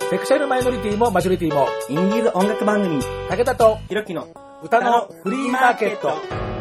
セクシャルマイノリティもマジョリティもインディーズ音楽番組武田とひろきの歌のフリーマーケット。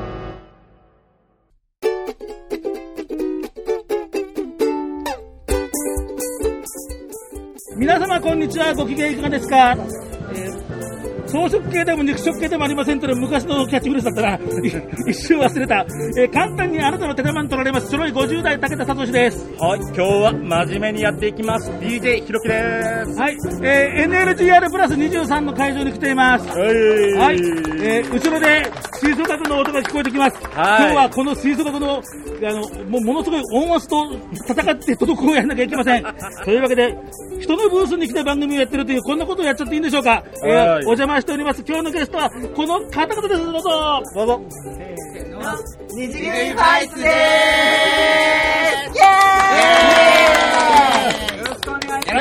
皆様こんにちは、ご機嫌いかがですか。草食系でも肉食系でもありませんという昔のキャッチフレーズだったら一瞬忘れた。簡単にあなたの手玉に取られますちょろい50代武田聡です。 はい、今日は真面目にやっていきます DJ ひろきです。 はい、NLGR プラス23の会場に来ています。はい、後ろで吹奏楽の音が聞こえてきます。はい、今日はこの吹奏楽のものすごい音圧と戦って届くをやらなきゃいけません。というわけで人のブースに来て番組をやってるというこんなことをやっちゃっていいんでしょうか。お邪魔しております。今日のゲストはこの方々です。どうぞどうぞ。 にじぐりファイスでーす。よろしくお願いします。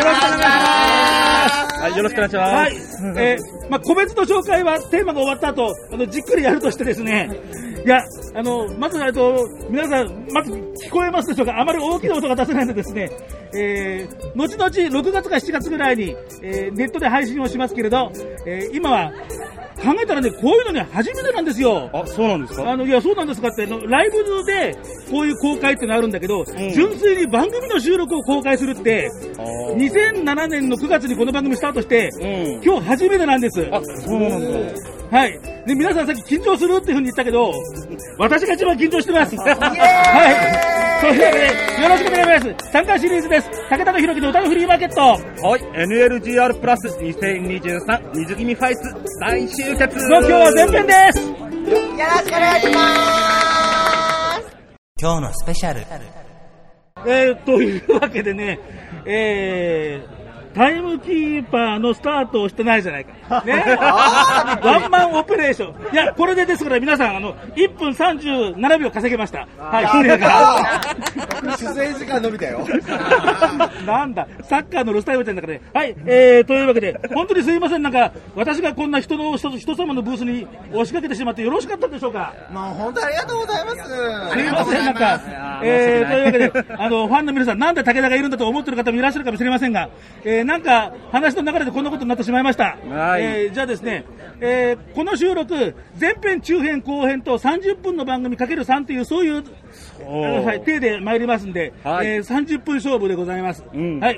はい、よろしくお願いします。 はい、個別の紹介はテーマが終わった後じっくりやるとしてですね、いやまず皆さんまず聞こえますでしょうか。あまり大きな音が出せないのでですね、後々6月か7月ぐらいに、ネットで配信をしますけれど、今は考えたらね、こういうのね初めてなんですよ。 あ、そうなんですか。 いや、そうなんですかってライブでこういう公開ってのあるんだけど、純粋に番組の収録を公開するって2007年の9月にこの番組スタートして、今日初めてなんです。 あ、そうなんだ。 はい。で、皆さんさっき緊張するっていう風に言ったけど、私が一番緊張してます。はい。というわけで、よろしくお願いします。参加シリーズです。武田とひろきの歌のフリーマーケット。 はい。NLGR プラス2023水気味ファイス大集結の今日は前編です。 よろしくお願いします。 今日のスペシャル。 というわけでね、タイムキーパーのスタートをしてないじゃないか。ね。ワンマンオペレーション。いや、これでですから皆さん、1分37秒稼げました。はい、船が。 出演時間伸びたよ。 なんだ、サッカーのロスタイムみたいな中で。はい、というわけで、本当にすいません、私がこんな人様のブースに押しかけてしまってよろしかったでしょうか。 もう本当ありがとうございます。 すいません、というわけで、ファンの皆さん、なんで武田がいるんだと思ってる方もいらっしゃるかもしれませんが、なんか話の流れでこんなことになってしまいました。じゃあですね、この収録前編中編後編と30分の番組 ×3 というそういう体で参りますんで、30分勝負でございます。はい、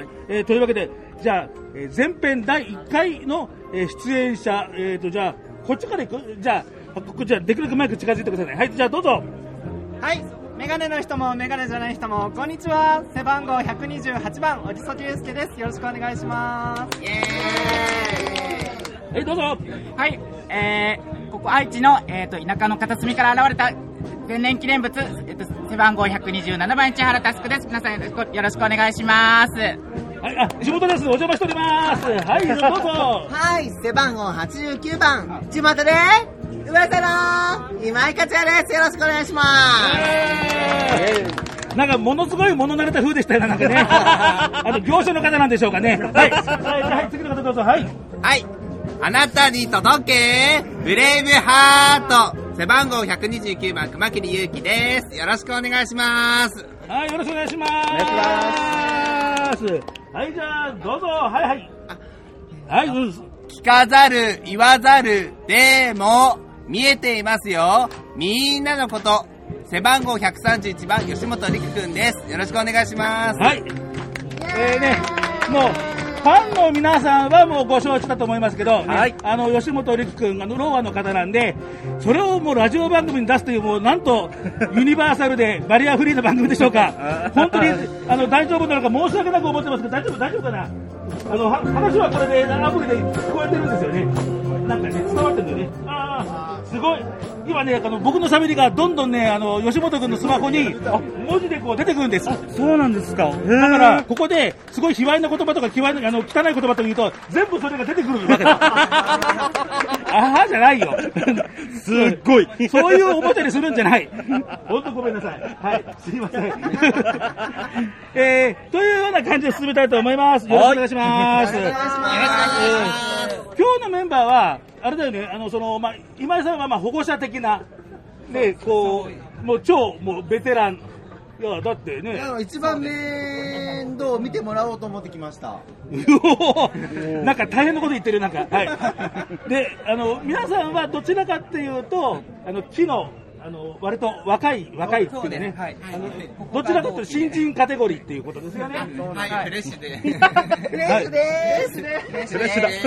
というわけでじゃあ、前編第1回の、出演者、じゃあこっちから行く。じゃあできるだけマイク近づいてくださいね。はい、じゃあどうぞ。 はい、メガネの人もメガネじゃない人もこんにちは。背番号128番おじそゆうすけです。よろしくお願いします。イエーイ。 はい、どうぞ。 はい、ここ愛知の、田舎の片隅から現れた天然記念物、背番号127番市原佑です。皆さんよろしくお願いします。 はい、地元です。お邪魔しております。はい、どうぞ。 はい、背番号89番地元で噂の今井克也です。よろしくお願いします。 なんかものすごい物慣れた風でしたよね。なんかね。業者の方なんでしょうかね。はい、はい、次の方どうぞ。はい。 はい。あなたに届けブレイブハート背番号129番熊切祐希です。よろしくお願いします。 はい、よろしくお願いします。はい、じゃあどうぞ。はいはい。はい、 聞かざる言わざるでも見えていますよ。みんなのこと。背番号131番吉本陸くんです。よろしくお願いします。 はい。もうファンの皆さんはもうご承知だと思いますけど、はい、吉本陸くんローアの方なんで、それをもうラジオ番組に出すというもうなんとユニバーサルでバリアフリーな番組でしょうか。本当に大丈夫なのか申し訳なく思ってますけど、大丈夫かな。話はこれでアプリで聞こえてるんですよね。なんかね、伝わってるんだよね。すごい。今ね、僕の喋りがどんどんね、吉本君のスマホに文字でこう出てくるんです。 そうなんですか。 だからここですごい卑猥な言葉とか汚い言葉と言うと全部それが出てくるわけだ。あはじゃないよ。 すっごい。 そういうおもちゃにするんじゃない。本当ごめんなさい。はい、すいません。というような感じで進めたいと思います。よろしくお願いします。今日のメンバーはあれだよね。今井さんは保護者的なでこうもう超ベテランいや、だってね。 一番面倒を見てもらおうと思ってきました。 なんか大変なこと言ってる、なんか。はい。で、皆さんはどちらかっていうと、木の、割と若いっていうね、はい、どちらかというと新人カテゴリーっていうことですよね。 はい、フレッシュで。 フレッシュでーす。 フレッシュだ。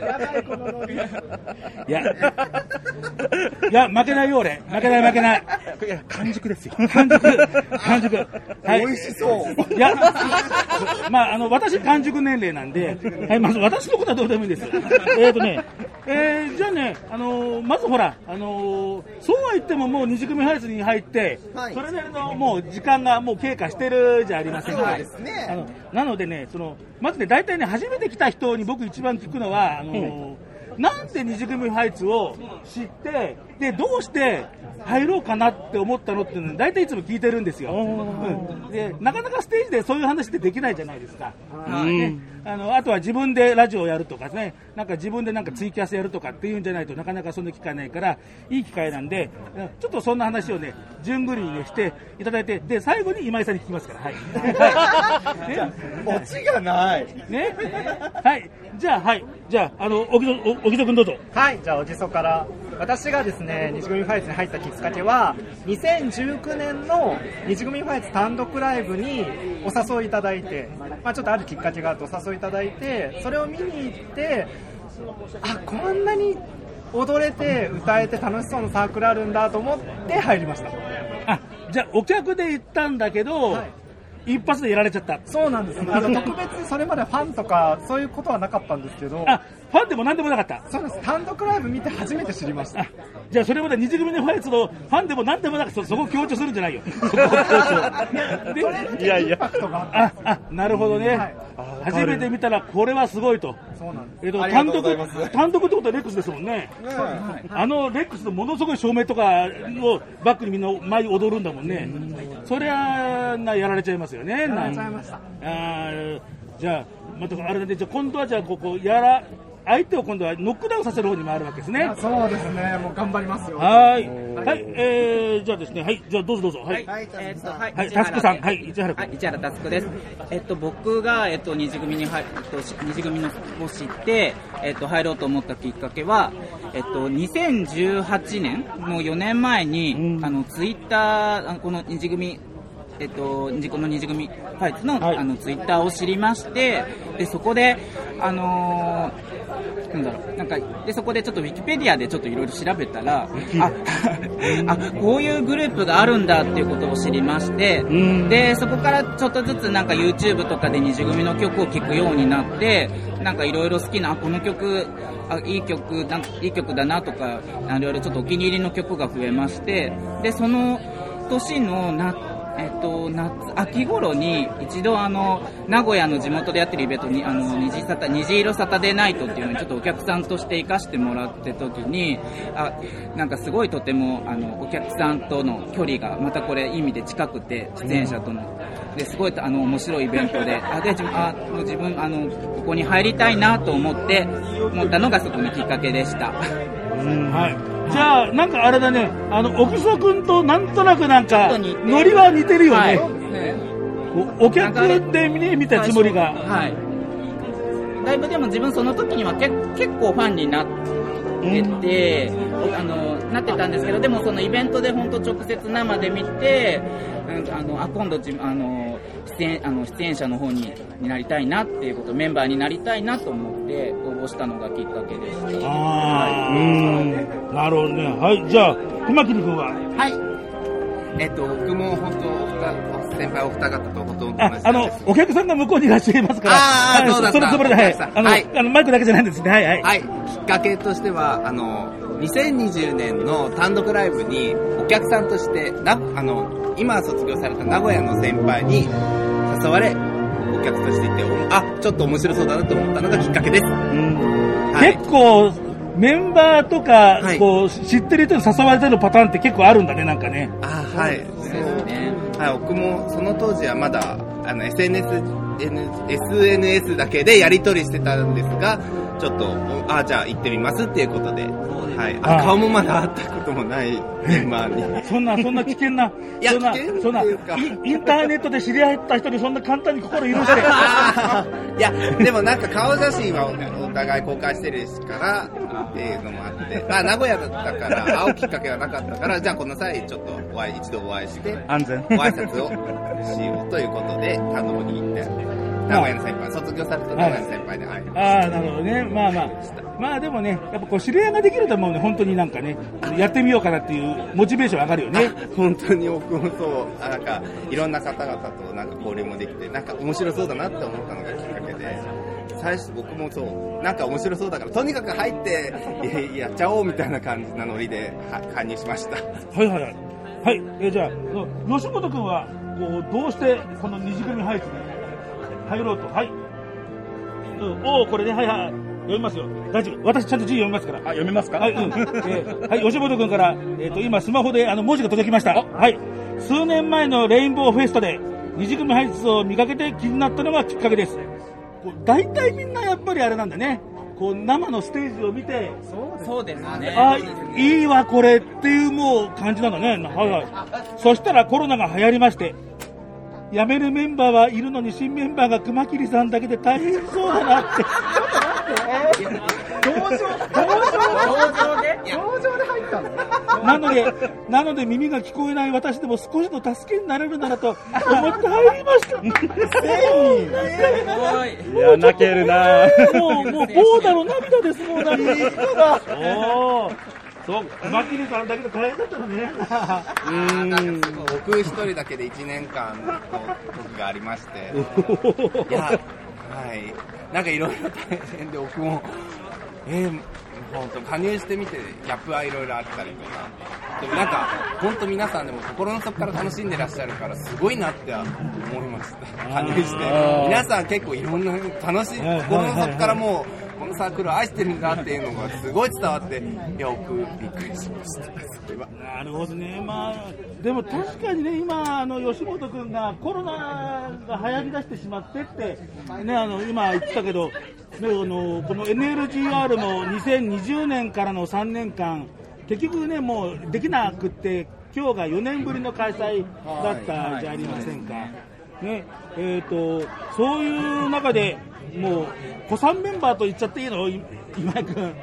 いや、負けないよ、俺。負けない。いや、完熟ですよ。完熟。はい。 美味しそう。 いや、まあ、私、完熟年齢なんで、はい、まず私のことはどうでもいいんです。じゃあね、まずほら、そうは言ってももう二次組ファイズに入って、はい、それなりのもう時間がもう経過してるじゃありませんか。 そうですね。 なのでね、まずね、大体ね、初めて来た人に僕一番聞くのは、なんで二次組ファイツを知って、で、どうして入ろうかなって思ったのっていうのを大体いつも聞いてるんですよ。で、なかなかステージでそういう話ってできないじゃないですか。ね、あとは自分でラジオをやるとかね、なんか自分でなんかツイキャスやるとかっていうんじゃないとなかなかそんな機会ないから、いい機会なんで、ちょっとそんな話をね、順繰りにね、していただいて、で、最後に今井さんに聞きますから、はい。 オチがない。 ね。はい。じゃあ、おぎそくんどうぞ。 はい、じゃあ、おぎそから。私がですね、二次組ファイツに入ったきっかけは、2019年の二次組ファイツ単独ライブにお誘いいただいて、ちょっとあるきっかけがあってお誘いいただいて、それを見に行って、こんなに踊れて歌えて楽しそうなサークルあるんだと思って入りました。 じゃあお客で行ったんだけど、はい、一発でやられちゃった。 そうなんです。特別それまでファンとかそういうことはなかったんですけど。 ファンでも何でもなかった。 そうです。単独ライブ見て初めて知りました。 じゃあそれまで二次組のファイツのファンでも何でもなく、そこを強調するんじゃないよ。 いやいや。 なるほどね。はい、初めて見たらこれはすごいと。 そうなんです。 単独ってことはレックスですもんね。レックスのものすごい照明とかをバックにみんな前踊るんだもんね。そりゃやられちゃいますよね。 やられちゃいました。 じゃあまたあれで、じゃあ今度はじゃあ相手を今度はノックダウンさせる方に回るわけですね。 そうですね。もう頑張りますよ。 はい。じゃあですね、はい、じゃあどうぞ。はい。タスクさん、はい、市原タスクです。僕が二次組に二次組のを知って入ろうと思ったきっかけは2018年もう4年前にツイッターこの二次組この二次組ファイツの、ツイッターを知りまして、でそこででそこでちょっとウィキペディアでちょっといろいろ調べたらこういうグループがあるんだっていうことを知りまして、でそこからちょっとずつなんか YouTube とかで二次組の曲を聴くようになって、なんかいろいろ好きなこの曲いい曲だなとかいろいろちょっとお気に入りの曲が増えまして、でその年の秋頃に一度名古屋の地元でやってるイベントに虹色サタデーナイトっていうのにちょっとお客さんとして行かせてもらって時になんかすごいとてもお客さんとの距離がまたこれいい意味で近くて、出演者とのですごい面白いイベントで自分ここに入りたいなと思ったのがそこのきっかけでした。 はい。じゃあなんかあれだね、おぎそくんとなんとなくなんかノリは似てるよね。お客で見たつもりが。 はい。だいぶでも自分その時には結構ファンになってて、なってたんですけど、でもそのイベントで本当直接生で見て、今度出演者の方になりたいなっていうこと、メンバーになりたいなと思って応募したのがきっかけでした。 なるほどね。はい、じゃあ熊切君は。 はい。僕も本当先輩お二方とほとんど同じです。 お客さんが向こうにいらっしゃいますから。 そうだった。 そのつもりで、はい。マイクだけじゃないんですね。はい。 はい。きっかけとしては2020年の単独ライブにお客さんとして今卒業された名古屋の先輩に誘われお客としていて、ちょっと面白そうだなと思ったのがきっかけです。 結構メンバーとか、こう知ってる人に誘われてるパターンって結構あるんだね、なんかね。 はい。そうですね。はい。僕もその当時はまだSNS だけでやり取りしてたんですが、 ちょっと、じゃあ行ってみますっていうことで、はい。顔もまだ会ったこともないメンバーに。 そんな危険な、 いや、危険っていうか。 インターネットで知り合った人にそんな簡単に心許して。 いや、でもなんか顔写真はお互い公開してるからっていうのもあって、名古屋だったから会うきっかけはなかったから、じゃあこの際ちょっと一度お会いして、 安全。 ご挨拶をしようということで、単独に行って、名古屋の先輩、卒業された名古屋の先輩で会いました。 なるほどね。まあでもね、やっぱこう知り合いができると思うね、本当になんかね、やってみようかなっていうモチベーション上がるよね。 本当に僕もそう、なんかいろんな方々となんか交流もできて、なんか面白そうだなって思ったのがきっかけで、最初僕もそう、なんか面白そうだから、とにかく入って、やっちゃおうみたいな感じなノリで加入しました。 はい。はい、じゃあ、吉本君は、どうしてこの二次組配置に入ろうと。はい。これね、はい。読みますよ。大丈夫。私ちゃんと字読みますから。 読めますか？ はい、はい、吉本君から、今スマホで文字が届きました。はい。数年前のレインボーフェストで、二次組配置を見かけて気になったのがきっかけです。大体みんなやっぱりあれなんだね。生のステージを見て、 そうですね。 いいわこれっていうもう感じなんだね。はい。そしたらコロナが流行りまして、辞めるメンバーはいるのに新メンバーが熊切さんだけで大変そうだなって。 同情で入ったの？ なので耳が聞こえない私でも少しの助けになれるならと思って入りました。 いや、泣けるな。 もうボーダの涙です。もう涙。そう、熊切さんだけで大変だったのね。 僕一人だけで1年間の時がありまして、いや、はい、なんかいろいろ大変で、僕も、本当加入してみてギャップはいろいろあったりとか、でもなんか本当皆さんでも心の底から楽しんでらっしゃるからすごいなって思いました。加入して皆さん結構いろんな楽しい、心の底からもうこのサークルを愛してるんだっていうのがすごい伝わって、いや僕びっくりしました。 なるほどね。でも確かにね、今吉本君がコロナが流行り出してしまってってね、今言ってたけど、この NLGR も2020年からの3年間結局ねもうできなくって、今日が4年ぶりの開催だったじゃありませんか。ね、そういう中でもう古参メンバーと言っちゃっていいの、今井君。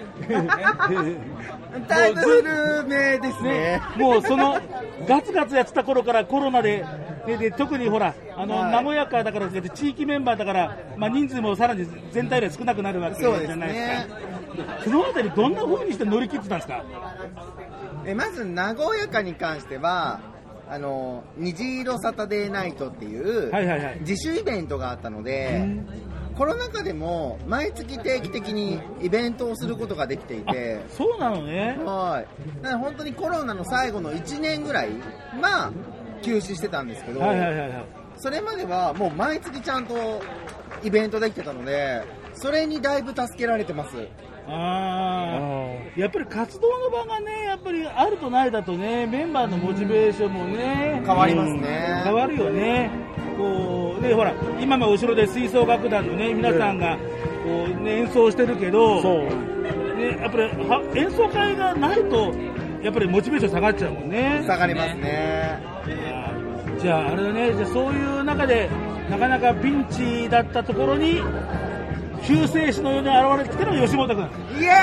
だいぶ古めですね。 もうそのガツガツやってた頃からコロナで特にほら名古屋からだから地域メンバーだから、人数もさらに全体で少なくなるわけじゃないですか。そのあたりどんな風にして乗り切ってたんですか？ まず名古屋に関しては虹色サタデーナイトっていう自主イベントがあったので、コロナ禍でも毎月定期的にイベントをすることができていて。 そうなのね。 はい。だから本当にコロナの最後の1年ぐらい休止してたんですけど、それまではもう毎月ちゃんとイベントできてたので、それにだいぶ助けられてます。 やっぱり活動の場がね、やっぱりあるとないだとね、メンバーのモチベーションもね変わりますね。 変わるよね。でほら今も後ろで吹奏楽団のね皆さんが演奏してるけど、ね、やっぱり演奏会がないとやっぱりモチベーション下がっちゃうもんね。 下がりますね。 じゃああれだね、じゃあそういう中でなかなかピンチだったところに救世主のように現れてきたのが吉本君。 イエ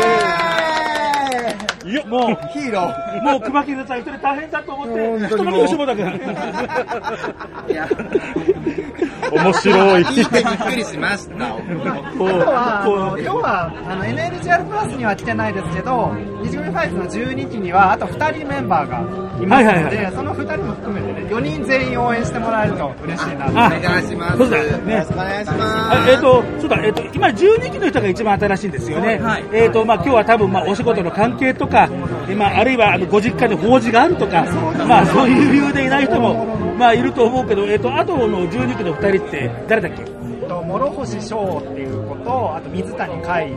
ーイ。 もうヒーロー。 もう熊切さん一人大変だと思って人の吉本君。 いや面白い。 聞いてびっくりしました。 今日はNLGR プラスには来てないですけど、二次組ファイズの12期にはあと2人メンバーがいますので、その2人も含めてね、4人全員応援してもらえると嬉しいなと。 お願いします。 そうだね。 よろしくお願いします。 そうだ、今12期の人が一番新しいんですよね。今日は多分お仕事の関係とか、あるいはご実家に法事があるとか、そういう理由でいない人もいると思うけど、あとの12期の2人って誰だっけ？ 諸星翔っていう子と、あと水谷海。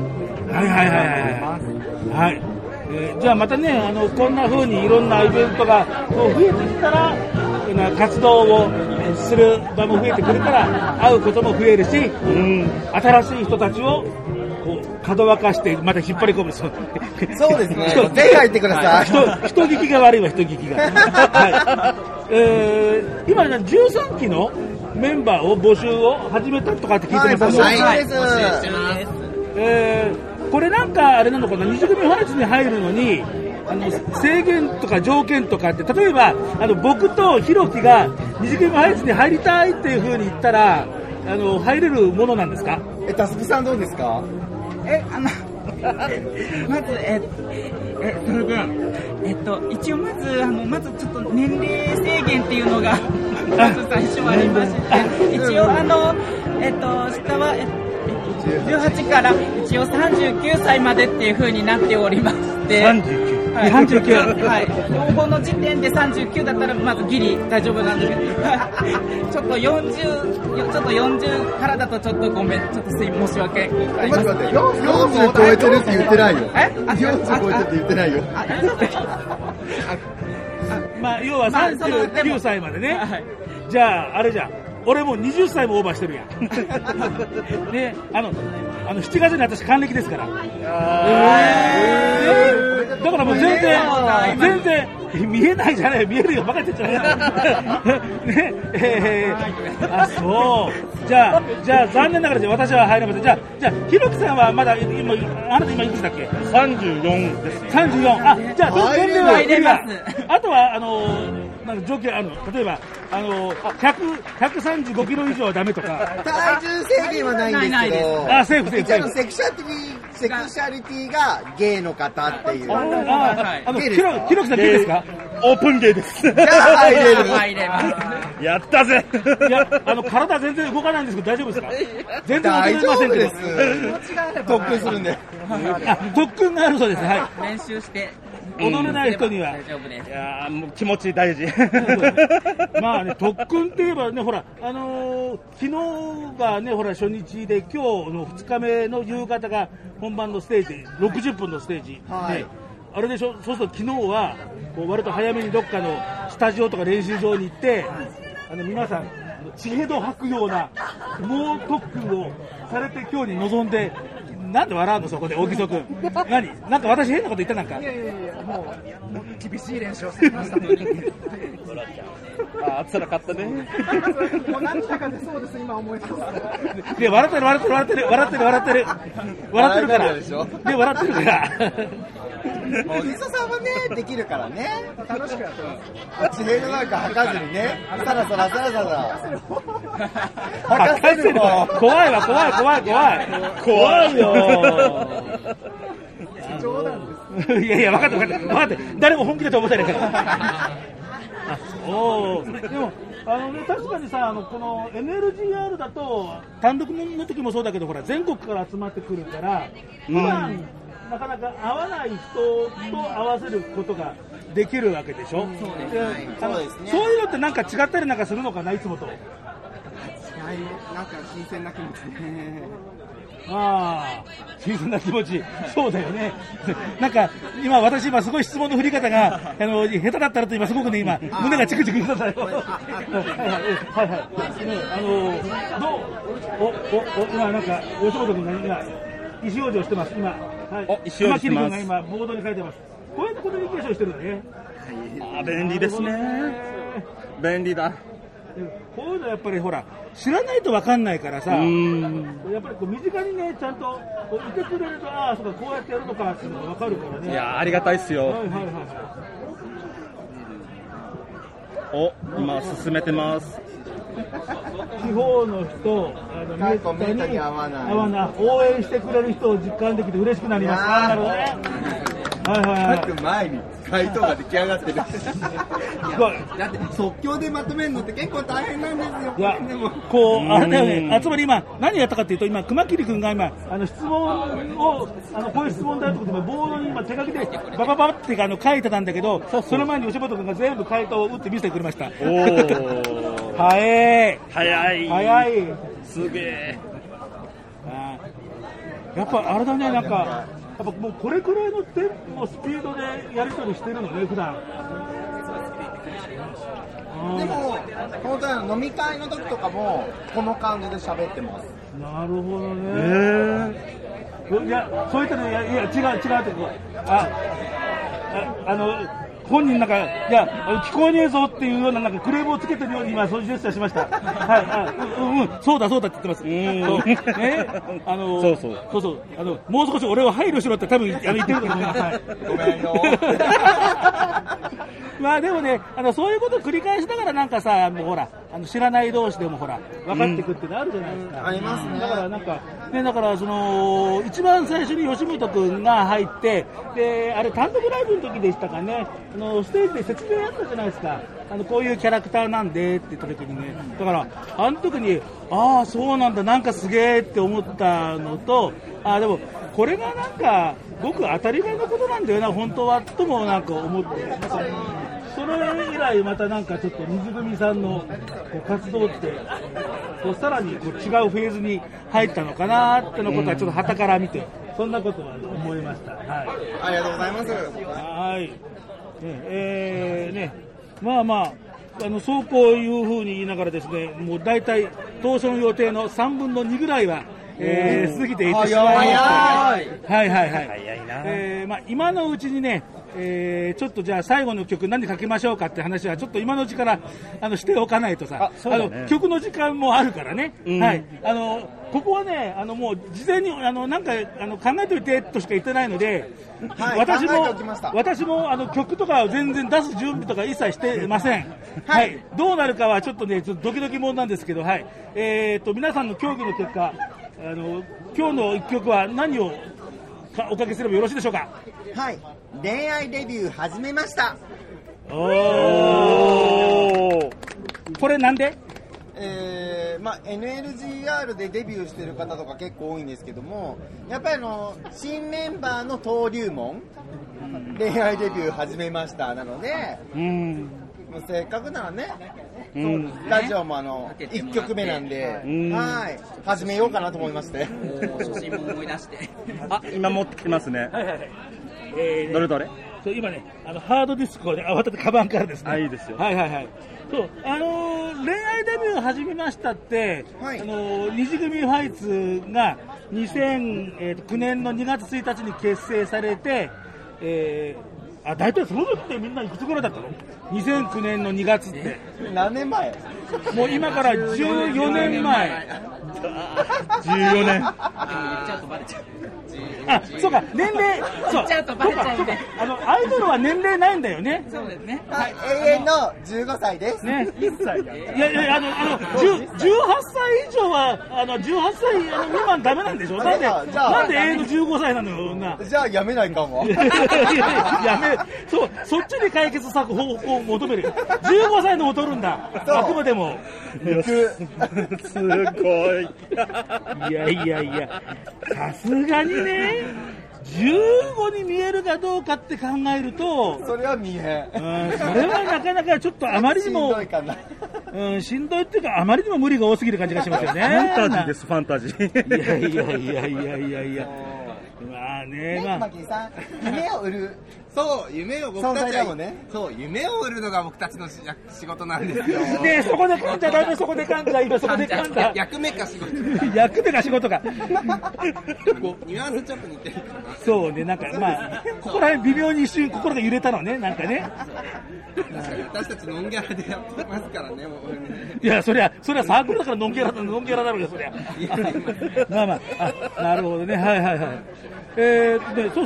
じゃあまたね、こんな風にいろんなイベントが増えてきたら、活動をする場も増えてくるから、会うことも増えるし、新しい人たちを角沸かしてまた引っ張り込む。そうですね。ぜひ入ってください。 人聞きが悪いわ、人聞きが。はい。今ね、13期のメンバーを募集を始めたとかって聞いてますけど、 はいです。 これなんかあれなのかな、二次組ファイツに入るのに制限とか条件とかって、例えば僕とひろきが二次組ファイツに入りたいっていう風に言ったら入れるものなんですか？ タスクさんどうですか？ まずそれで一応まずちょっと年齢制限っていうのがまず最初ありまして、一応下は18から一応39歳までっていう風になっておりまして、 39、 はい、はい、応募の時点で39だったらまずギリ大丈夫なんですけど、ちょっと40からだとちょっとごめん、ちょっと申し訳ございません。 40超えてるって言ってないよ。40超えてるって言ってないよ。 まあ要は39歳までね。じゃああれじゃ俺もう20歳もオーバーしてるやん。ね、7月に私還暦ですから。だからもう全然見えないじゃない、見えるよ、バカって言っちゃう。ね、そう。じゃあ残念ながら私は入れません。じゃあひろきさんはまだ今あなた今いくつだっ1 34です。 34。じゃあ年齢は入れます。あとはなんか条件例えば135キロ以上はダメとか。 体重制限はないんですけど。 セーフ。 一応セクシャリティがゲイの方っていう。 ひろきさんゲイですか？ オープンゲイです。 じゃあ入れます。 やったぜ。 いや体全然動かないんですけど大丈夫ですか？全然踊れませんけど。 特訓するんで。 特訓があるそうです。はい。 練習して踊れない人には大丈夫です。 いやもう気持ち大事。 まあね、特訓って言えばね、ほら昨日がね、ほら初日で今日の2日目の夕方が本番のステージ、60分のステージ。はい。あれでしょ、そうすると昨日はこう割と早めにどっかのスタジオとか練習場に行って、皆さん血へど吐くような猛特訓をされて今日に臨んで。なんで笑うのそこで大木曽君。なんか私変なこと言ったなんか。 いやもう厳しい練習をしてきましたのに。 辛かったね。 もう何だかでそうです今思います。 いや笑ってるからで笑ってるからもう磯さんはねできるからね。 楽しくやってます。 地平のなんか吐かずにね、さらさら吐かせるの怖いよ。 冗談です。 いや分かって誰も本気だと思ってないから。でも確かにさこの NLGR だと単独の時もそうだけどほら全国から集まってくるから普段なかなか会わない人と合わせることができるわけでしょ。そういうのってなんか違ったりなんかするのかな、いつもと。 なんか新鮮な気持ちね。 新鮮な気持ち。そうだよね。なんか私すごい質問の振り方が下手だったらと今すごくね胸がチクチクしてたよ。今なんか吉本君が今意思表示をしてます。今熊切君が今ボードに書いてます。こうやってコミュニケーションしてるんだね。 便利ですね。便利だ。 こういうのやっぱりほら知らないと分かんないからさ、やっぱり身近にねちゃんといてくれるとそうかこうやってやるのかっていうのが分かるからね。 いやありがたいっすよ。今進めてます。 地方の人めったに合わない応援してくれる人を実感できて嬉しくなります。なるほどね。 前に回答が出来上がってる。だって即興でまとめるのって結構大変なんですよ。 いやこうあれだよね。つまり今何やったかっていうと今熊切君が今質問をこういう質問だとボードに今手書きでバババって書いてたんだけど、その前に吉本君が全部回答を打って見せてくれました。早い。 すげえ。 やっぱあれだね、なんかやっぱもうこれくらいのテンポスピードでやり取りしてるのね普段。 でも本当に飲み会の時とかもこの感じで喋ってます。 なるほどね。 いや、そういったの、いや、違うって、本人なんか、いや、聞こえねえぞっていうような、なんかクレームをつけてるように今、そういうジェスチャーしました。はい、そうだって言ってます。そう、もう少し俺を配慮しろって多分言ってると思います。はい、 ごめんよ。 まあでもね、そういうことを繰り返しながらなんかさ、もうほら、知らない同士でもほら、分かっていくってのあるじゃないですか。 ありますね。 だからなんか、ね、だからその、一番最初に吉本くんが入って、で、あれ単独ライブの時でしたかね、ステージで説明あったじゃないですか。こういうキャラクターなんでって言った時にね、だから、あの時に、ああ、そうなんだ、なんかすげえって思ったのと、でも、これがなんか、ごく当たり前のことなんだよな、本当は、ともなんか思って、それ以来またなんかちょっと水組さんのこう活動ってこうさらにこう違うフェーズに入ったのかなってのことはちょっと傍から見てそんなことは思いました。はい、 ありがとうございます。 はい。まあそうこういうふうに言いながらですね、もう大体当初の予定の3分の2ぐらいは過ぎていってしまいました。はい。今のうちにね、ちょっとじゃあ最後の曲何かけましょうかって話はちょっと今のうちからしておかないとさ、曲の時間もあるからね。はい。ここはね、もう事前になんか考えといてとしか言ってないので、 はい、 私も曲とか全然出す準備とか一切してません。はい。どうなるかはちょっとね、ちょっとドキドキもんなんですけど、はい。皆さんの協議の結果、今日の一曲は何をおかけすればよろしいでしょうか。 はい、恋愛デビュー始めました。 これなんで NLGR でデビューしてる方とか結構多いんですけども、やっぱり新メンバーの登竜門、恋愛デビュー始めましたなので、もうせっかくならね、ラジオも1曲目なんで、はい、始めようかなと思いまして。 初心も思い出して。 今持ってきてますね。どれ今ね、ハードディスクをね、慌ててカバンからですね。 いいですよ。 はい。そう、恋愛デビュー始めましたって、二次組ファイツが2009年の2月1日に結成されて、大体その時ってみんないくつぐらいだったの ?2009 年の2月って。 何年前？ もう今から14年前。 14年。 言っちゃうとバレちゃう。 そうか、年齢、 言っちゃうとバレちゃうんで。 アイドルは年齢ないんだよね。 そうですね。 はい、永遠の15歳です。 ね。1歳だ。いや、18歳以上は、18歳未満ダメなんでしょ。なんで永遠の15歳なのよ、女。 じゃあやめないかも。 やそっちに解決策方法を求める。15歳のを取るんだ。あくまでも。 すごい。 いや、さすがにね、15に見えるかどうかって考えると、 それは見えん。それはなかなかちょっとあまりにも、 しんどいかな。 しんどいっていうか、あまりにも無理が多すぎる感じがしますよね。 ファンタジーです、ファンタジー。 いや。まあね、 マキさん、夢を売る。 そう、夢を僕たち存在だもんね。 そう、夢を売るのが僕たちの仕事なんですよ。 ね、そこで噛んじゃダメ、そこで噛んだ。 役目か仕事。 役目か仕事か。 こう、ニュアンスちょっと似てるかな。 そうね、なんかここら辺微妙に一瞬心が揺れたのね、なんかね。 私たちノンギャラでやってますからね、もうね。 いや、そりゃサークルだからノンギャラだろうよ、そりゃ。なるほどね、はい。そう。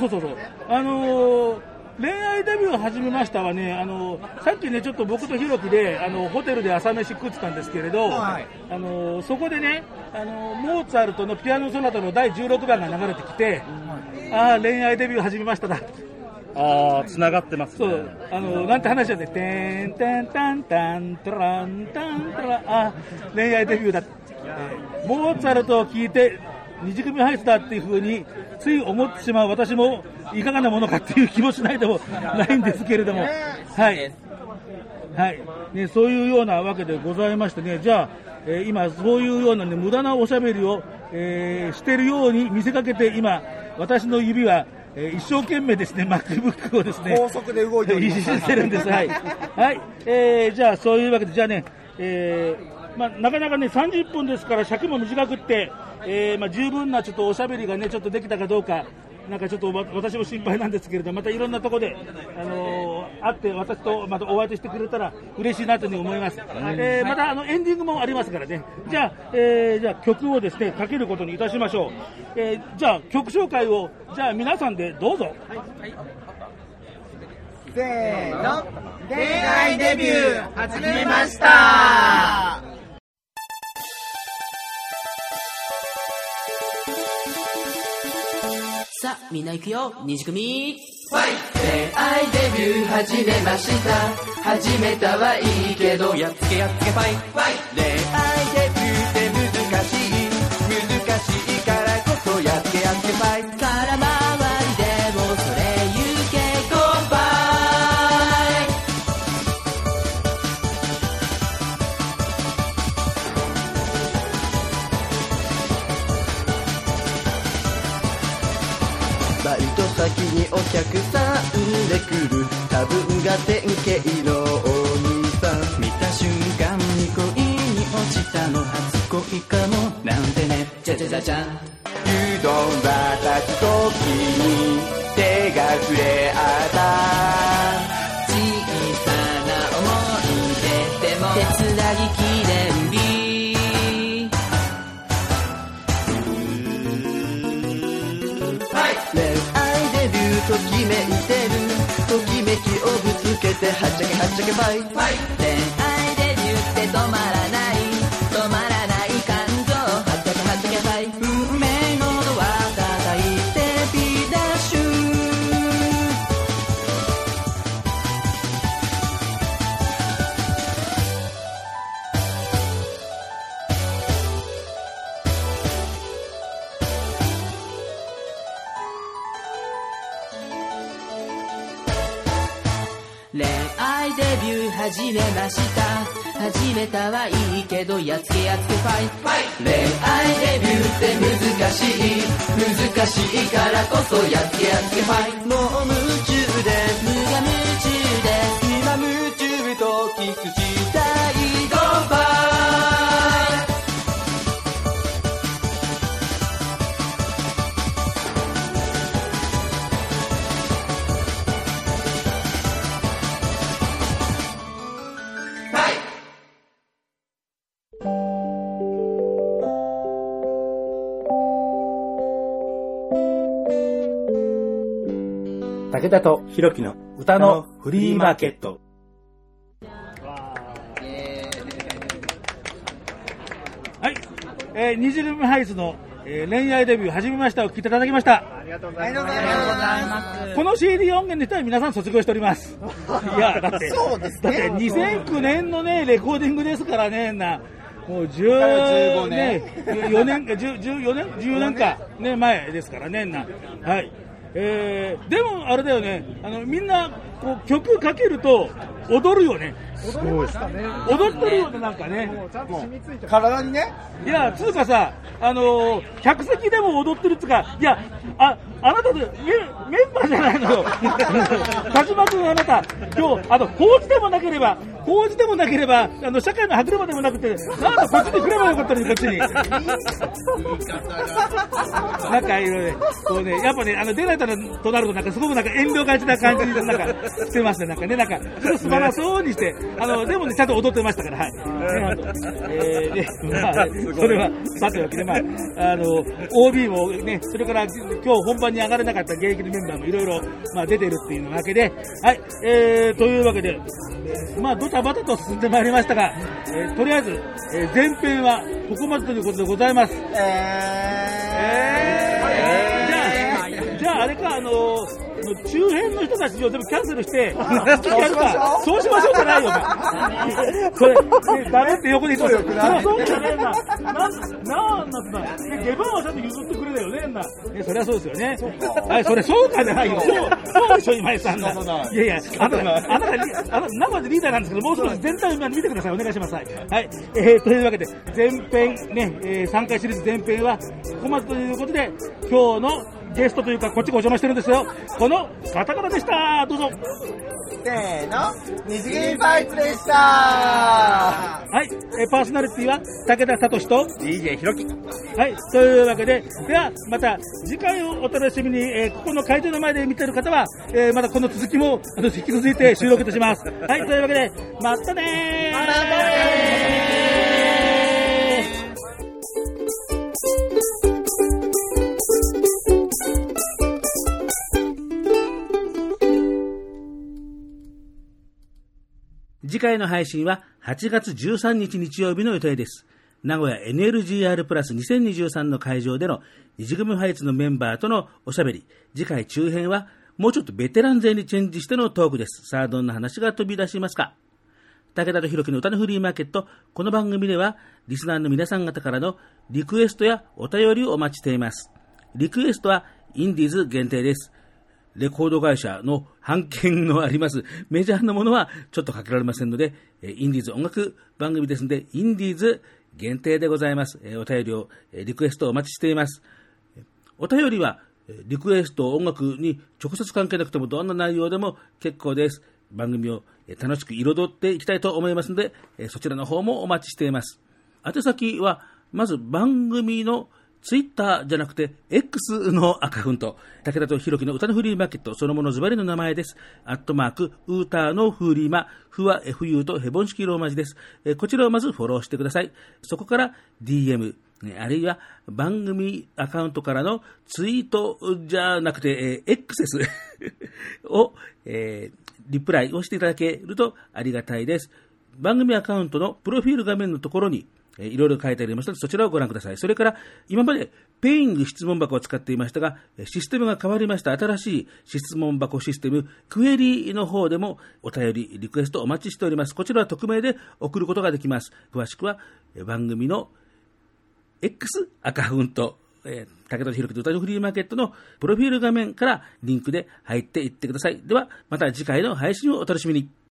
恋愛デビューを始めましたはね、さっきね、ちょっと僕とひろきで、ホテルで朝飯食ってたんですけれど、そこでね、モーツァルトのピアノソナタの第16番が流れてきて、恋愛デビュー始めましただ。 繋がってますね。 そう、なんて話だね、てんてんたんたん、トランタントラ、恋愛デビューだ。モーツァルトを聞いて、二次組ファイツだっていう風につい思ってしまう私もいかがなものかっていう気もしないでもないんですけれども、はい、ね、そういうようなわけでございましてね、じゃあ、今そういうような、ね、無駄なおしゃべりを、しているように見せかけて今私の指は、一生懸命ですね MacBook をですね高速で動いております。 してるんです。はい、じゃあそういうわけでじゃあね、 なかなかね、30分ですから尺も短くって、十分なちょっとおしゃべりがね、ちょっとできたかどうか、なんかちょっと私も心配なんですけれど、またいろんなところで、会って私とまたお会いしてくれたら嬉しいなというふうに思います。またエンディングもありますからね。じゃあ曲をですね、かけることにいたしましょう。じゃあ曲紹介を、じゃあ皆さんでどうぞ。 せーの、恋愛デビュー始めました。 さあ、みんな行くよ、二次組。恋愛デビュー始めました。始めたはいいけど、やっつけやっつけファイ。恋愛デビューって難しいからこそやっつけやっつけファイ。空回りでもそれゆけゴーバイ。バイト先にお客さんで来る多分が典型のお兄さん。見た瞬間に恋に落ちたの初恋かもなんてね。じゃじゃじゃじゃん。うどん渡す時に手が触れ合った小さな思い出でも手つなぎ記念日。恋愛デビューときめいてる。ときめきをぶつけてはっちゃけはっちゃけファイ。恋愛デビューって止まらない止まらない感情。はっちゃけはっちゃけファイ。運命のドア叩いてビダッシュ。恋愛デビュー始めました。始めたはいいけどやっつけやっつけファイ。恋愛デビューって難しいからこそやっつけやっつけファイ。もう夢中で無我夢中で今夢中とキスしたいゴーバイ。 武田とひろきの歌のフリーマーケット。はい、二次組ハイツの、恋愛デビュー始めましたを聞いていただきました。 ありがとうございます。 この CD 音源にしては皆さん卒業しております。いやだってそうですね。 だって2009年のねレコーディングですからね。もう15年、4年、14年か、ね、前ですからね。はい。でもあれだよね、みんなこう曲かけると踊るよね。 踊りましたね。 踊ってるよね、なんかね。 もうちゃんと染みついて体にね。 いや、つうかさ、客席でも踊ってるっつうか、いや、あなたでメンバーじゃないのよ。田島君、あなた、今日、法事でもなければ、社会の歯車でもなくて、なんかこっちに来ればよかったのに、こっちに。なんかいろいろ、こうね、やっぱね、出ないとなると、なんかすごくなんか遠慮がちな感じで、なんかしてますね、なんかね、なんか、ちょっと素晴らそうにして、でもね、ちゃんと踊ってましたから、はい。それは、さておきで、OB もね、それから今日本番に上がれなかった現役のメンバーもいろいろ出てるっていうわけで、はい、というわけで、ドタバタと進んでまいりましたが、とりあえず、前編はここまでということでございます。じゃああれか、中編の人たちを全部キャンセルして、そうしましょうじゃないよ、それ、ダメって横で言ってます。そうじゃねえな。出番はちゃんと譲ってくれだよね。そりゃそうですよね。はい、それそうかじゃないよ。そうでしょ、今井さんが。いやいや、あなた生でリーダーなんですけど、もう少し全体を見てください。お願いします。はい。というわけで、前編ね、3回シリーズ前編は、ここまでということで、今日のゲストというか、こっちご邪魔してるんですよ。この方々でした。どうぞ。 せーの、二次元ファイツでした。 はい、パーソナリティは武田聡と DJ ひろき。 はい、というわけで、ではまた次回をお楽しみに、ここの会場の前で見てる方は、またこの続きも引き続いて収録いたします。はい、というわけで、またねー。 またねー。 次回の配信は8月13日日曜日の予定です。名古屋 NLGR プラス2023の会場での西組ファイツのメンバーとのおしゃべり。次回中編はもうちょっとベテラン勢にチェンジしてのトークです。さあどんな話が飛び出しますか。武田とひろきの歌のフリーマーケット。この番組ではリスナーの皆さん方からのリクエストやお便りをお待ちしています。リクエストはインディーズ限定です。レコード会社の版権のありますメジャーなものはちょっとかけられませんので、インディーズ音楽番組ですので、インディーズ限定でございます。お便りを、リクエストをお待ちしています。お便りはリクエスト音楽に直接関係なくてもどんな内容でも結構です。番組を楽しく彩っていきたいと思いますので、そちらの方もお待ちしています。宛先はまず番組のツイッターじゃなくて X のアカウント、武田とひろきの歌のフリーマーケット、そのものズバリの名前です。ウーターのフリーマ、フは FU とヘボン式ローマ字です。こちらをまずフォローしてください。そこから DM、あるいは番組アカウントからのツイートじゃなくて、X を、リプライをしていただけるとありがたいです。番組アカウントのプロフィール画面のところにいろいろ書いてありますので、そちらをご覧ください。それから今までペイング質問箱を使っていましたが、システムが変わりました。新しい質問箱システムクエリの方でもお便りリクエストお待ちしております。こちらは匿名で送ることができます。詳しくは番組の X アカウント、武田ひろきと歌のフリーマーケットのプロフィール画面からリンクで入っていってください。ではまた次回の配信をお楽しみに。